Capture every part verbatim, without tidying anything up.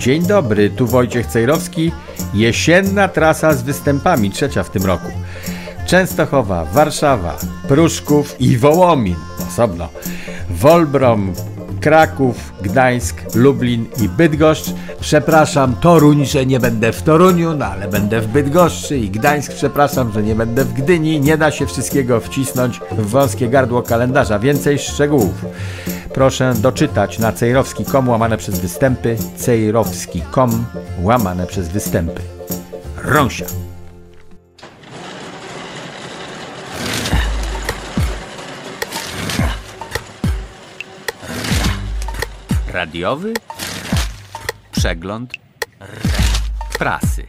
Dzień dobry, tu Wojciech Cejrowski. Jesienna trasa z występami, trzecia w tym roku. Częstochowa, Warszawa, Pruszków i Wołomin, osobno. Wolbrom, Kraków, Gdańsk, Lublin i Bydgoszcz. Przepraszam, Toruń, że nie będę w Toruniu, no ale będę w Bydgoszczy i Gdańsk. Przepraszam, że nie będę w Gdyni. Nie da się wszystkiego wcisnąć w wąskie gardło kalendarza. Więcej szczegółów proszę doczytać na cejrowski kropka com łamane przez występy, cejrowski kropka com łamane przez występy. Rąsia. Radiowy przegląd prasy.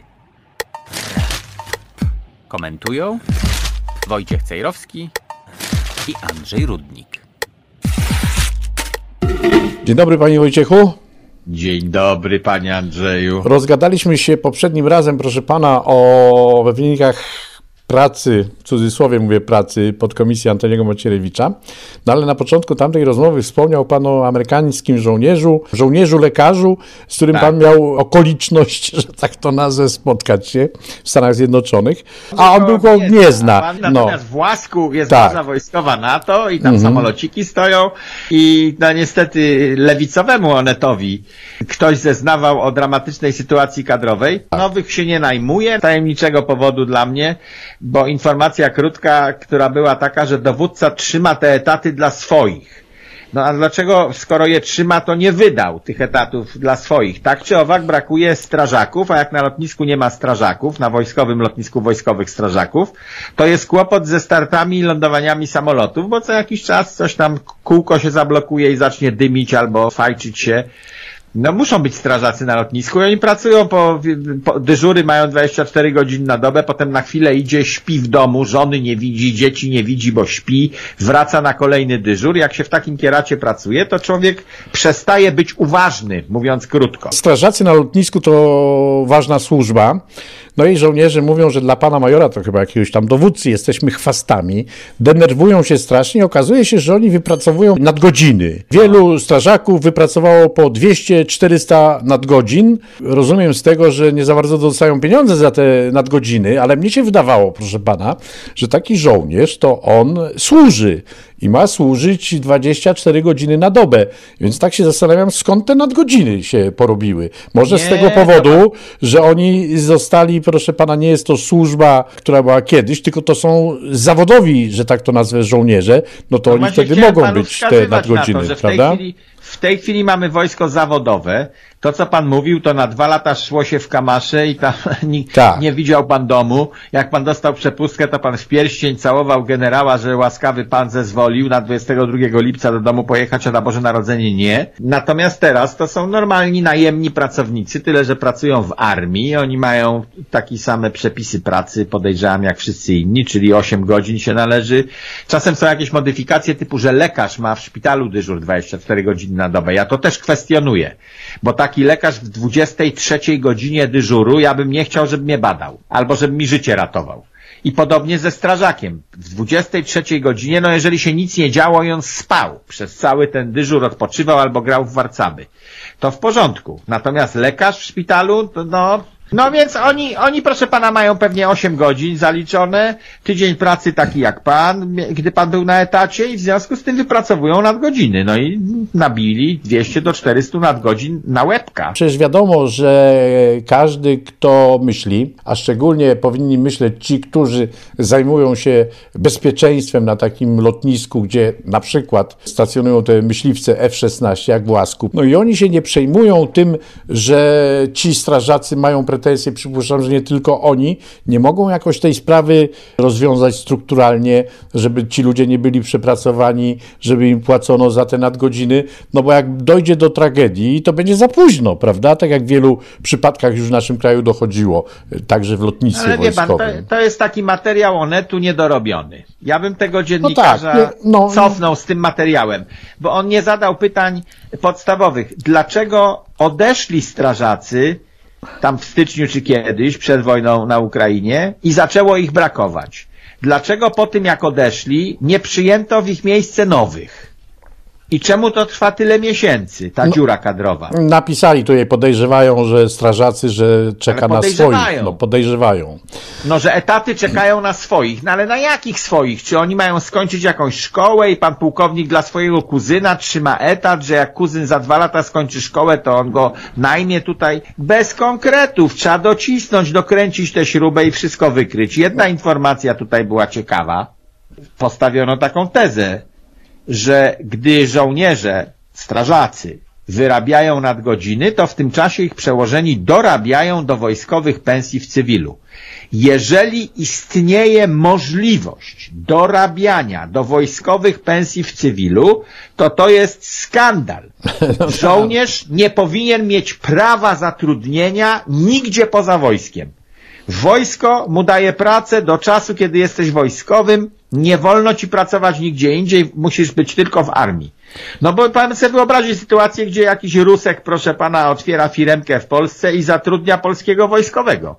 Komentują Wojciech Cejrowski i Andrzej Rudnik. Dzień dobry, panie Wojciechu. Dzień dobry, panie Andrzeju. Rozgadaliśmy się poprzednim razem, proszę pana, o wynikach pracy, w cudzysłowie mówię pracy, podkomisji Antoniego Macierewicza. No ale na początku tamtej rozmowy wspomniał pan o amerykańskim żołnierzu, żołnierzu lekarzu, z którym tak. pan miał okoliczność, że tak to nazwę, spotkać się w Stanach Zjednoczonych. A on był koło Gniezna. Natomiast no. w Łasku jest tak. baza wojskowa NATO i tam mhm. samolociki stoją i no niestety lewicowemu Onetowi ktoś zeznawał o dramatycznej sytuacji kadrowej. Tak. Nowych się nie najmuje, tajemniczego powodu dla mnie, bo informacja krótka, która była taka, że dowódca trzyma te etaty dla swoich. No a dlaczego, skoro je trzyma, to nie wydał tych etatów dla swoich? Tak czy owak brakuje strażaków, a jak na lotnisku nie ma strażaków, na wojskowym lotnisku wojskowych strażaków, to jest kłopot ze startami i lądowaniami samolotów, bo co jakiś czas coś tam kółko się zablokuje i zacznie dymić albo fajczyć się. No muszą być strażacy na lotnisku i oni pracują po, po dyżury, mają dwadzieścia cztery godziny na dobę, potem na chwilę idzie, śpi w domu, żony nie widzi, dzieci nie widzi, bo śpi, wraca na kolejny dyżur. Jak się w takim kieracie pracuje, to człowiek przestaje być uważny, mówiąc krótko. Strażacy na lotnisku to ważna służba. No i żołnierze mówią, że dla pana majora, to chyba jakiegoś tam dowódcy, jesteśmy chwastami, denerwują się strasznie. Okazuje się, że oni wypracowują nadgodziny. Wielu strażaków wypracowało po dwieście czterysta nadgodzin. Rozumiem z tego, że nie za bardzo dostają pieniądze za te nadgodziny, ale mnie się wydawało, proszę pana, że taki żołnierz to on służy i ma służyć dwadzieścia cztery godziny na dobę. Więc tak się zastanawiam, skąd te nadgodziny się porobiły. Może nie, z tego powodu, że oni zostali, proszę pana, nie jest to służba, która była kiedyś, tylko to są zawodowi, że tak to nazwę, żołnierze, no to no oni wtedy mogą być te nadgodziny, na to, że prawda? W tej chwili, w tej chwili mamy wojsko zawodowe. To, co pan mówił, to na dwa lata szło się w kamasze i tam nie, tak. nie widział pan domu. Jak pan dostał przepustkę, to pan w pierścień całował generała, że łaskawy pan zezwolił na dwudziestego drugiego lipca do domu pojechać, a na Boże Narodzenie nie. Natomiast teraz to są normalni, najemni pracownicy, tyle że pracują w armii. Oni mają takie same przepisy pracy, podejrzewam, jak wszyscy inni, czyli osiem godzin się należy. Czasem są jakieś modyfikacje typu, że lekarz ma w szpitalu dyżur dwadzieścia cztery godziny na dobę. Ja to też kwestionuję, bo tak taki lekarz w dwudziestej trzeciej godzinie dyżuru, ja bym nie chciał, żeby mnie badał, albo żeby mi życie ratował. I podobnie ze strażakiem. W dwudziestej trzeciej godzinie, no jeżeli się nic nie działo i on spał przez cały ten dyżur, odpoczywał albo grał w warcaby, to w porządku. Natomiast lekarz w szpitalu, to no... No więc oni, oni proszę pana mają pewnie osiem godzin zaliczone, tydzień pracy taki jak pan, gdy pan był na etacie i w związku z tym wypracowują nadgodziny. No i nabili dwieście do czterystu nadgodzin na łebka. Przecież wiadomo, że każdy, kto myśli, a szczególnie powinni myśleć ci, którzy zajmują się bezpieczeństwem na takim lotnisku, gdzie na przykład stacjonują te myśliwce F szesnaście, jak w Łasku. No i oni się nie przejmują tym, że ci strażacy mają pretensje. Przypuszczam, że nie tylko oni nie mogą jakoś tej sprawy rozwiązać strukturalnie, żeby ci ludzie nie byli przepracowani, żeby im płacono za te nadgodziny, no bo jak dojdzie do tragedii, to będzie za późno, prawda? Tak jak w wielu przypadkach już w naszym kraju dochodziło, także w lotnictwie Ale wojskowym. Wie pan, to, to jest taki materiał Onetu niedorobiony. Ja bym tego dziennikarza no tak, nie, no, cofnął z tym materiałem, bo on nie zadał pytań podstawowych. Dlaczego odeszli strażacy tam w styczniu czy kiedyś, przed wojną na Ukrainie i zaczęło ich brakować? Dlaczego po tym, jak odeszli, nie przyjęto w ich miejsce nowych? I czemu to trwa tyle miesięcy, ta no, dziura kadrowa? Napisali tutaj, podejrzewają, że strażacy, że czeka na swoich. No podejrzewają. No, że etaty czekają na swoich. No ale na jakich swoich? Czy oni mają skończyć jakąś szkołę i pan pułkownik dla swojego kuzyna trzyma etat, że jak kuzyn za dwa lata skończy szkołę, to on go najmie tutaj? Bez konkretów. Trzeba docisnąć, dokręcić tę śrubę i wszystko wykryć. Jedna informacja tutaj była ciekawa. Postawiono taką tezę, że gdy żołnierze, strażacy wyrabiają nadgodziny, to w tym czasie ich przełożeni dorabiają do wojskowych pensji w cywilu. Jeżeli istnieje możliwość dorabiania do wojskowych pensji w cywilu, to to jest skandal. Żołnierz nie powinien mieć prawa zatrudnienia nigdzie poza wojskiem. Wojsko mu daje pracę do czasu, kiedy jesteś wojskowym, nie wolno ci pracować nigdzie indziej, musisz być tylko w armii. No bo pan sobie wyobrazi sytuację, gdzie jakiś Rusek, proszę pana, otwiera firemkę w Polsce i zatrudnia polskiego wojskowego.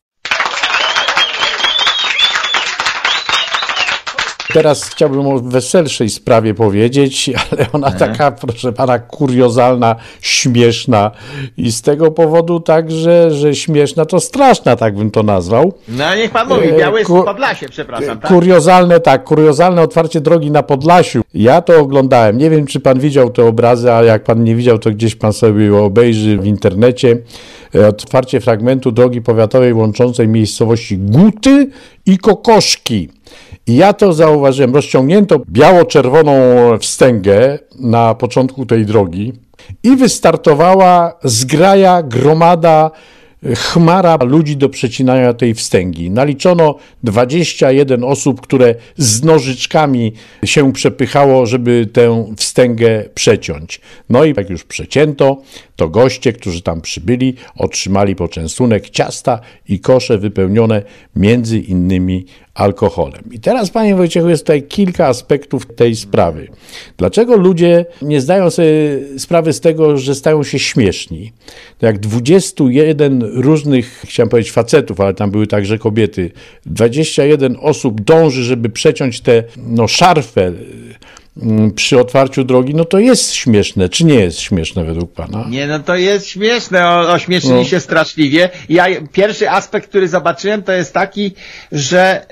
Teraz chciałbym o weselszej sprawie powiedzieć, ale ona e? taka, proszę pana, kuriozalna, śmieszna i z tego powodu także, że śmieszna to straszna, tak bym to nazwał. No niech pan mówi, Białystok, Ku- Podlasie, przepraszam. Tak? Kuriozalne, tak, kuriozalne otwarcie drogi na Podlasiu. Ja to oglądałem, nie wiem czy pan widział te obrazy, a jak pan nie widział, to gdzieś pan sobie obejrzy w internecie. Otwarcie fragmentu drogi powiatowej łączącej miejscowości Guty i Kokoszki. I ja to zauważyłem, rozciągnięto biało-czerwoną wstęgę na początku tej drogi i wystartowała zgraja, gromada, chmara ludzi do przecinania tej wstęgi. Naliczono dwadzieścia jeden osób, które z nożyczkami się przepychało, żeby tę wstęgę przeciąć. No i jak już przecięto, to goście, którzy tam przybyli, otrzymali poczęstunek ciasta i kosze wypełnione między innymi alkoholem. I teraz, panie Wojciechu, jest tutaj kilka aspektów tej sprawy. Dlaczego ludzie nie zdają sobie sprawy z tego, że stają się śmieszni? To jak dwudziestu jeden różnych, chciałem powiedzieć facetów, ale tam były także kobiety, dwadzieścia jeden osób dąży, żeby przeciąć tę no, szarfę przy otwarciu drogi, no to jest śmieszne, czy nie jest śmieszne według pana? Nie, no to jest śmieszne, o, ośmieszyli no. się straszliwie. Ja, pierwszy aspekt, który zobaczyłem, to jest taki, że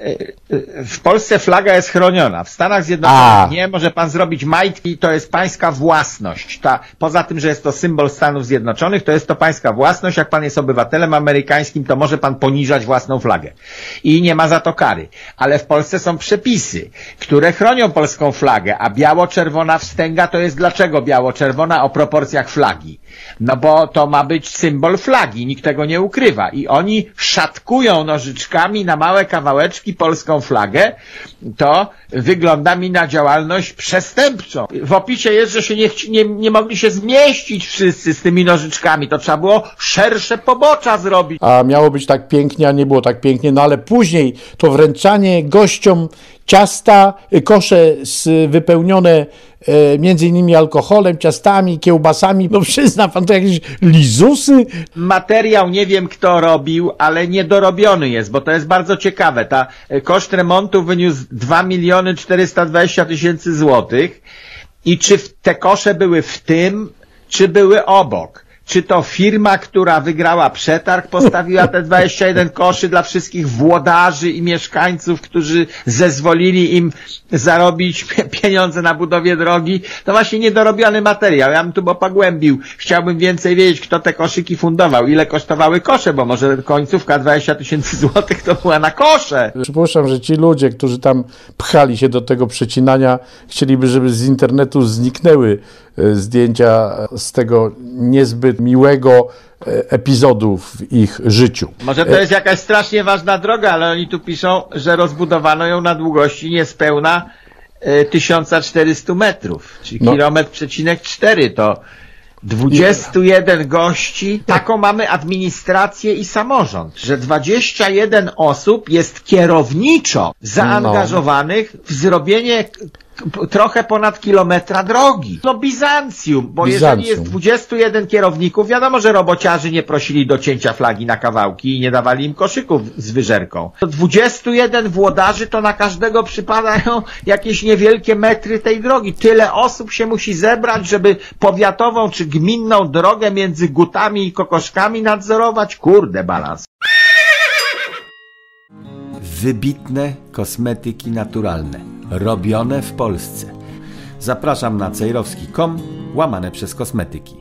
w Polsce flaga jest chroniona. W Stanach Zjednoczonych A. nie, może pan zrobić majtki, to jest pańska własność. Ta, poza tym, że jest to symbol Stanów Zjednoczonych, to jest to pańska własność. Jak pan jest obywatelem amerykańskim, to może pan poniżać własną flagę. I nie ma za to kary. Ale w Polsce są przepisy, które chronią polską flagę, a biało-czerwona wstęga to jest dlaczego biało-czerwona o proporcjach flagi? No bo to ma być symbol flagi, nikt tego nie ukrywa. I oni szatkują nożyczkami na małe kawałeczki polską flagę. To wygląda mi na działalność przestępczą. W opisie jest, że się nie, nie, nie mogli się zmieścić wszyscy z tymi nożyczkami. To trzeba było szersze pobocza zrobić. A miało być tak pięknie, a nie było tak pięknie. No ale później to wręczanie gościom ciasta, kosze wypełnione e, między innymi alkoholem, ciastami, kiełbasami. No przyzna pan, to jakieś lizusy? Materiał nie wiem kto robił, ale niedorobiony jest, bo to jest bardzo ciekawe. Ta koszt remontu wyniósł dwa miliony czterysta dwadzieścia tysięcy złotych. I czy te kosze były w tym, czy były obok? Czy to firma, która wygrała przetarg, postawiła te dwadzieścia jeden koszy dla wszystkich włodarzy i mieszkańców, którzy zezwolili im zarobić pieniądze na budowie drogi? To właśnie niedorobiony materiał. Ja bym tu pogłębił. Chciałbym więcej wiedzieć, kto te koszyki fundował, ile kosztowały kosze, bo może końcówka dwadzieścia tysięcy złotych to była na kosze. Przypuszczam, że ci ludzie, którzy tam pchali się do tego przecinania, chcieliby, żeby z internetu zniknęły zdjęcia z tego niezbyt miłego epizodu w ich życiu. Może to jest jakaś strasznie ważna droga, ale oni tu piszą, że rozbudowano ją na długości niespełna tysiąc czterysta metrów, czyli no. kilometr przecinek cztery to dwadzieścia jeden gości, taką mamy administrację i samorząd, że dwadzieścia jeden osób jest kierowniczo zaangażowanych w zrobienie trochę ponad kilometra drogi. No Bizancjum, bo Bizancjum. Jeżeli jest dwudziestu jeden kierowników, wiadomo, że robociarzy nie prosili do cięcia flagi na kawałki i nie dawali im koszyków z wyżerką. To dwudziestu jeden włodarzy to na każdego przypadają jakieś niewielkie metry tej drogi. Tyle osób się musi zebrać, żeby powiatową czy gminną drogę między Gutami i Kokoszkami nadzorować. Kurde balans. Wybitne kosmetyki naturalne, robione w Polsce. Zapraszam na cejrowski kropka com, łamane przez kosmetyki.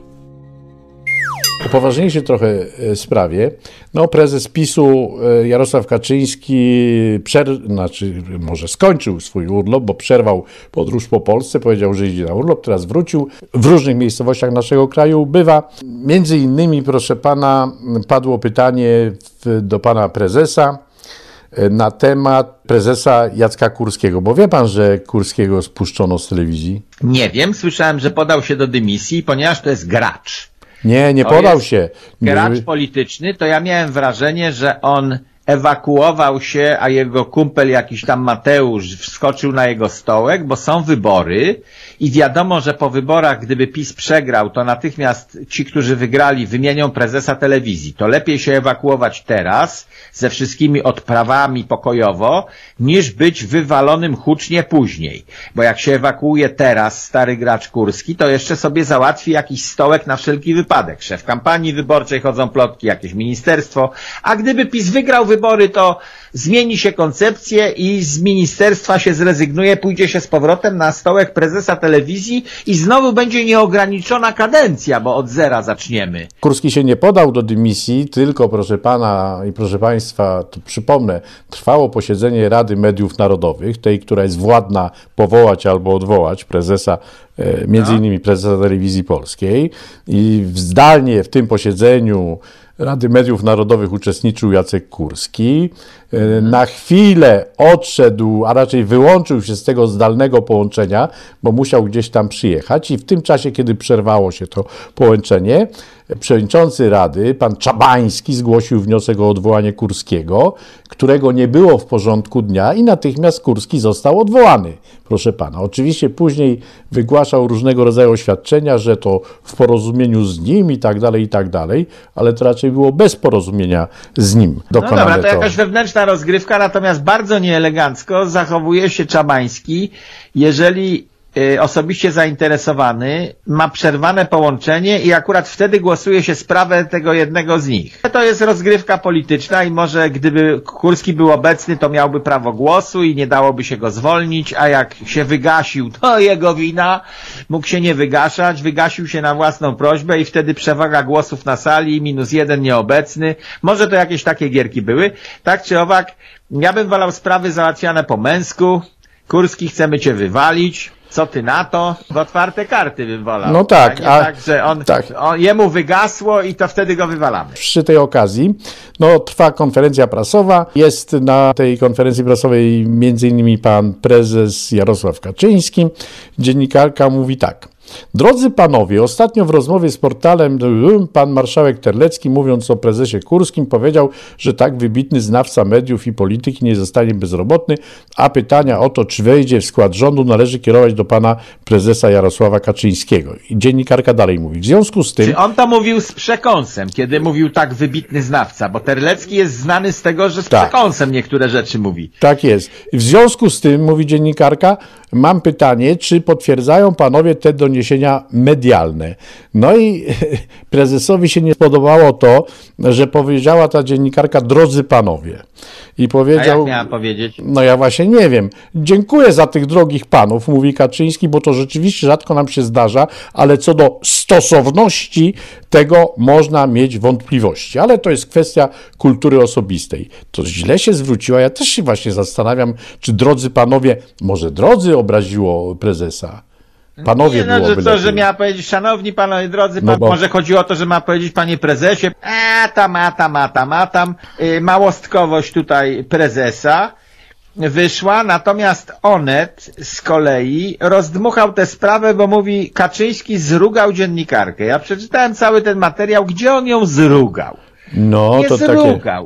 O poważniejszej trochę sprawie, no prezes PiSu Jarosław Kaczyński przer... znaczy może skończył swój urlop, bo przerwał podróż po Polsce, powiedział, że idzie na urlop, teraz wrócił. W różnych miejscowościach naszego kraju bywa. Między innymi, proszę pana, padło pytanie do pana prezesa na temat prezesa Jacka Kurskiego, bo wie pan, że Kurskiego spuszczono z telewizji? Nie wiem, słyszałem, że podał się do dymisji, ponieważ to jest gracz. Nie, nie to podał się. Gracz polityczny, to ja miałem wrażenie, że on ewakuował się, a jego kumpel jakiś tam Mateusz wskoczył na jego stołek, bo są wybory i wiadomo, że po wyborach, gdyby PiS przegrał, to natychmiast ci, którzy wygrali, wymienią prezesa telewizji. To lepiej się ewakuować teraz, ze wszystkimi odprawami pokojowo, niż być wywalonym hucznie później. Bo jak się ewakuuje teraz stary gracz Kurski, to jeszcze sobie załatwi jakiś stołek na wszelki wypadek. Szef kampanii wyborczej, chodzą plotki, jakieś ministerstwo, a gdyby PiS wygrał wybory, to zmieni się koncepcję i z ministerstwa się zrezygnuje, pójdzie się z powrotem na stołek prezesa telewizji i znowu będzie nieograniczona kadencja, bo od zera zaczniemy. Kurski się nie podał do dymisji, tylko proszę pana i proszę państwa, to przypomnę, trwało posiedzenie Rady Mediów Narodowych, tej, która jest władna powołać albo odwołać prezesa, między innymi prezesa Telewizji Polskiej, i zdalnie w tym posiedzeniu Rady Mediów Narodowych uczestniczył Jacek Kurski. Na chwilę odszedł, a raczej wyłączył się z tego zdalnego połączenia, bo musiał gdzieś tam przyjechać i w tym czasie, kiedy przerwało się to połączenie, przewodniczący Rady, pan Czabański, zgłosił wniosek o odwołanie Kurskiego, którego nie było w porządku dnia i natychmiast Kurski został odwołany, proszę pana. Oczywiście później wygłaszał różnego rodzaju oświadczenia, że to w porozumieniu z nim i tak dalej, i tak dalej, ale to raczej było bez porozumienia z nim dokonane. No dobra, to, to jakaś wewnętrzna rozgrywka, natomiast bardzo nieelegancko zachowuje się Czabański, jeżeli osobiście zainteresowany ma przerwane połączenie i akurat wtedy głosuje się sprawę tego jednego z nich. To jest rozgrywka polityczna i może gdyby Kurski był obecny, to miałby prawo głosu i nie dałoby się go zwolnić, a jak się wygasił, to jego wina, mógł się nie wygaszać, wygasił się na własną prośbę i wtedy przewaga głosów na sali, minus jeden nieobecny. Może to jakieś takie gierki były. Tak czy owak, ja bym wolał sprawy załatwiane po męsku. Kurski, chcemy cię wywalić. Co ty na to? W otwarte karty bym wolał. No tak. A, a tak, że on, tak. on, jemu wygasło i to wtedy go wywalamy. Przy tej okazji, no trwa konferencja prasowa. Jest na tej konferencji prasowej między innymi pan prezes Jarosław Kaczyński. Dziennikarka mówi tak. Drodzy panowie, ostatnio w rozmowie z portalem pan marszałek Terlecki, mówiąc o prezesie Kurskim, powiedział, że tak wybitny znawca mediów i polityki nie zostanie bezrobotny, a pytania o to, czy wejdzie w skład rządu, należy kierować do pana prezesa Jarosława Kaczyńskiego. I dziennikarka dalej mówi. W związku z tym... Czy on to mówił z przekąsem, kiedy mówił tak wybitny znawca, bo Terlecki jest znany z tego, że z tak. przekąsem niektóre rzeczy mówi. Tak jest. W związku z tym, mówi dziennikarka, mam pytanie, czy potwierdzają panowie te doniesienia medialne? No i prezesowi się nie podobało to, że powiedziała ta dziennikarka, drodzy panowie. I powiedział, a jak miała powiedzieć? No ja właśnie nie wiem. Dziękuję za tych drogich panów, mówi Kaczyński, bo to rzeczywiście rzadko nam się zdarza, ale co do stosowności tego można mieć wątpliwości. Ale to jest kwestia kultury osobistej. To źle się zwróciła. Ja też się właśnie zastanawiam, czy drodzy panowie, może drodzy obraziło prezesa. Panowie nie, no, byłoby że to, lepiej. że miała powiedzieć, szanowni panowie, drodzy, pan, no bo... może chodziło o to, że ma powiedzieć, panie prezesie, a tam, a tam, a tam, a tam, yy, małostkowość tutaj prezesa wyszła, natomiast Onet z kolei rozdmuchał tę sprawę, bo mówi, Kaczyński zrugał dziennikarkę. Ja przeczytałem cały ten materiał, gdzie on ją zrugał. No, nie to zrugał. takie...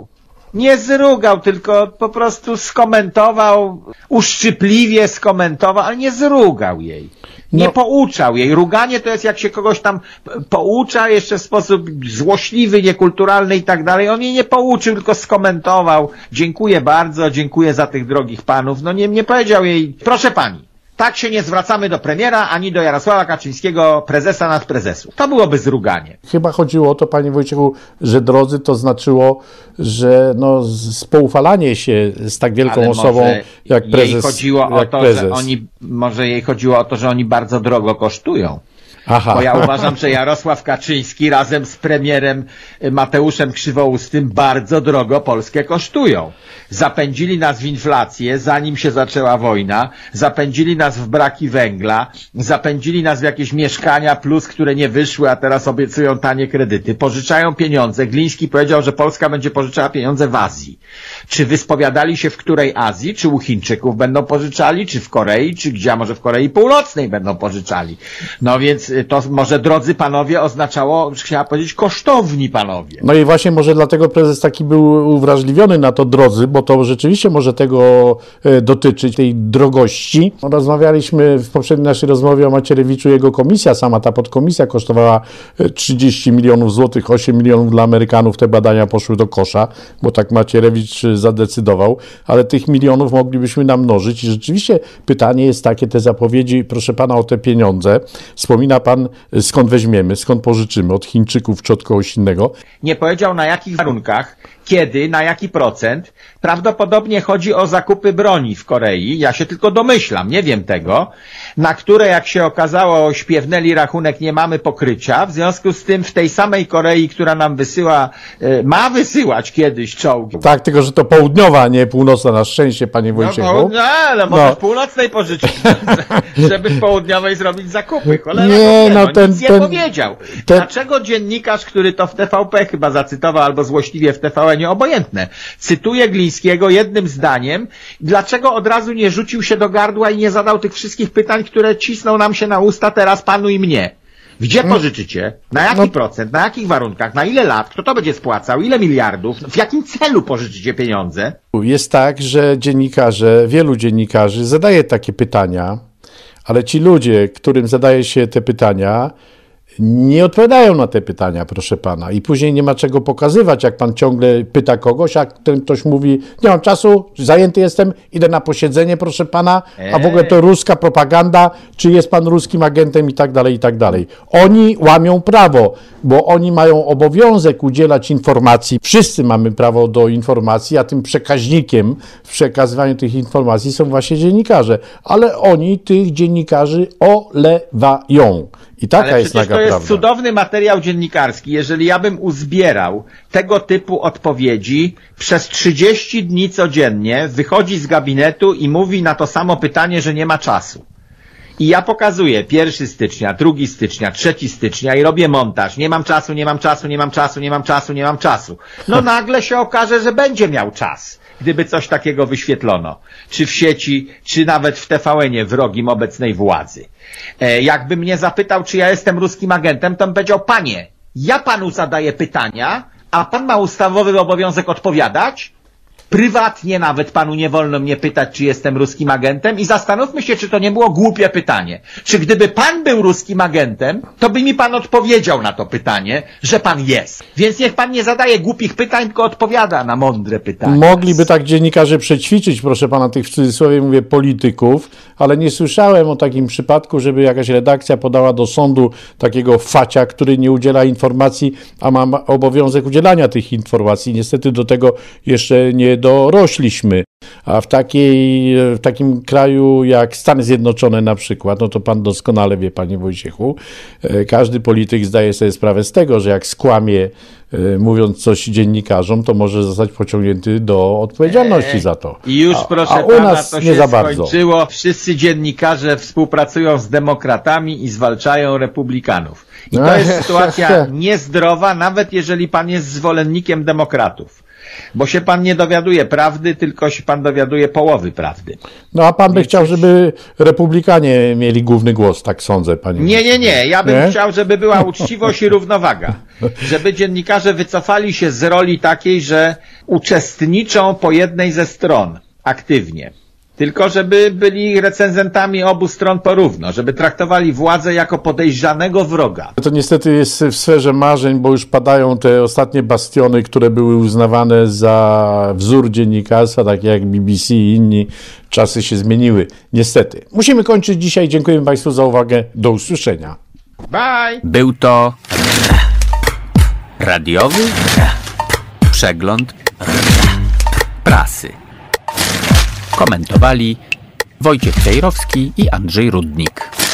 Nie zrugał, tylko po prostu skomentował, uszczypliwie skomentował, ale nie zrugał jej. Nie no. pouczał jej. Ruganie to jest jak się kogoś tam poucza jeszcze w sposób złośliwy, niekulturalny i tak dalej. On jej nie pouczył, tylko skomentował. Dziękuję bardzo, dziękuję za tych drogich panów. No nie, nie powiedział jej, proszę pani, tak się nie zwracamy do premiera, ani do Jarosława Kaczyńskiego, prezesa nad prezesów. To byłoby zruganie. Chyba chodziło o to, panie Wojciechu, że drodzy to znaczyło, że no spoufalanie się z tak wielką Ale osobą jak prezes. Jej chodziło o to, prezes. że oni, może jej chodziło o to, że oni bardzo drogo kosztują. Aha. Bo ja uważam, że Jarosław Kaczyński razem z premierem Mateuszem Krzywoustym bardzo drogo Polskę kosztują. Zapędzili nas w inflację, zanim się zaczęła wojna, zapędzili nas w braki węgla, zapędzili nas w jakieś mieszkania plus, które nie wyszły, a teraz obiecują tanie kredyty. Pożyczają pieniądze. Gliński powiedział, że Polska będzie pożyczała pieniądze w Azji. Czy wyspowiadali się w której Azji? Czy u Chińczyków będą pożyczali? Czy w Korei? Czy gdzie? A może w Korei Północnej będą pożyczali? No więc to może, drodzy panowie, oznaczało, chciała powiedzieć, kosztowni panowie. No i właśnie może dlatego prezes taki był uwrażliwiony na to, drodzy, bo to rzeczywiście może tego dotyczyć, tej drogości. Rozmawialiśmy w poprzedniej naszej rozmowie o Macierewiczu, jego komisja, sama ta podkomisja kosztowała trzydzieści milionów złotych, osiem milionów dla Amerykanów, te badania poszły do kosza, bo tak Macierewicz zadecydował, ale tych milionów moglibyśmy namnożyć i rzeczywiście pytanie jest takie, te zapowiedzi, proszę pana, o te pieniądze. Wspomina pan, skąd weźmiemy, skąd pożyczymy, od Chińczyków czy od kogoś innego. Nie powiedział, na jakich warunkach, kiedy, na jaki procent. Prawdopodobnie chodzi o zakupy broni w Korei, ja się tylko domyślam, nie wiem tego, na które, jak się okazało, śpiewnęli rachunek, nie mamy pokrycia, w związku z tym w tej samej Korei, która nam wysyła, ma wysyłać kiedyś czołgi. Tak, tylko że to południowa, a nie północna, na szczęście, panie Wojciechu. No, no ale może no. w północnej pożyczyć, żeby w południowej zrobić zakupy. Cholera, nie, no, no ten, nic nie ten, powiedział. Ten... Dlaczego dziennikarz, który to w T V P chyba zacytował, albo złośliwie w T V N, obojętne, cytuje Glińskiego jednym zdaniem, dlaczego od razu nie rzucił się do gardła i nie zadał tych wszystkich pytań, które cisną nam się na usta teraz panu i mnie. Gdzie pożyczycie? Na jaki no. procent? Na jakich warunkach? Na ile lat? Kto to będzie spłacał? Ile miliardów? W jakim celu pożyczycie pieniądze? Jest tak, że dziennikarze, wielu dziennikarzy zadaje takie pytania, ale ci ludzie, którym zadaje się te pytania, nie odpowiadają na te pytania, proszę pana. I później nie ma czego pokazywać, jak pan ciągle pyta kogoś, a ten ktoś mówi, nie mam czasu, zajęty jestem, idę na posiedzenie, proszę pana, a w ogóle to ruska propaganda, czy jest pan ruskim agentem i tak dalej, i tak dalej. Oni łamią prawo, bo oni mają obowiązek udzielać informacji. Wszyscy mamy prawo do informacji, a tym przekaźnikiem w przekazywaniu tych informacji są właśnie dziennikarze. Ale oni tych dziennikarzy olewają. I taka Ale jest naga to jest prawda. Cudowny materiał dziennikarski. Jeżeli ja bym uzbierał tego typu odpowiedzi, przez trzydzieści dni codziennie wychodzi z gabinetu i mówi na to samo pytanie, że nie ma czasu. I ja pokazuję pierwszego stycznia, drugiego stycznia, trzeciego stycznia i robię montaż. Nie mam czasu, nie mam czasu, nie mam czasu, nie mam czasu, nie mam czasu. No nagle się okaże, że będzie miał czas, gdyby coś takiego wyświetlono. Czy w sieci, czy nawet w T V N-ie wrogim obecnej władzy. E, jakby mnie zapytał, czy ja jestem ruskim agentem, to bym powiedział, panie, ja panu zadaję pytania, a pan ma ustawowy obowiązek odpowiadać? Prywatnie nawet panu nie wolno mnie pytać, czy jestem ruskim agentem i zastanówmy się, czy to nie było głupie pytanie. Czy gdyby pan był ruskim agentem, to by mi pan odpowiedział na to pytanie, że pan jest. Więc niech pan nie zadaje głupich pytań, tylko odpowiada na mądre pytania. Mogliby tak dziennikarze przećwiczyć, proszę pana, tych w cudzysłowie mówię polityków, ale nie słyszałem o takim przypadku, żeby jakaś redakcja podała do sądu takiego facia, który nie udziela informacji, a ma obowiązek udzielania tych informacji. Niestety do tego jeszcze nie dorośliśmy, a w, takiej, w takim kraju jak Stany Zjednoczone na przykład, no to pan doskonale wie, panie Wojciechu, każdy polityk zdaje sobie sprawę z tego, że jak skłamie, mówiąc coś dziennikarzom, to może zostać pociągnięty do odpowiedzialności za to. I już, proszę a, a u pana, nas to nie się za bardzo. skończyło. Wszyscy dziennikarze współpracują z demokratami i zwalczają republikanów. I to jest sytuacja niezdrowa, nawet jeżeli pan jest zwolennikiem demokratów. bo się pan nie dowiaduje prawdy, tylko się pan dowiaduje połowy prawdy. No a pan by Więc... chciał, żeby republikanie mieli główny głos, tak sądzę, panie. Nie, nie, nie. Ja bym nie? chciał, żeby była uczciwość i równowaga. Żeby dziennikarze wycofali się z roli takiej, że uczestniczą po jednej ze stron aktywnie. Tylko żeby byli recenzentami obu stron porówno, żeby traktowali władzę jako podejrzanego wroga. To niestety jest w sferze marzeń, bo już padają te ostatnie bastiony, które były uznawane za wzór dziennikarstwa, takie jak B B C i inni. Czasy się zmieniły. Niestety. Musimy kończyć dzisiaj. Dziękuję Państwu za uwagę. Do usłyszenia. Bye! Był to radiowy przegląd prasy. Komentowali Wojciech Cejrowski i Andrzej Rudnik.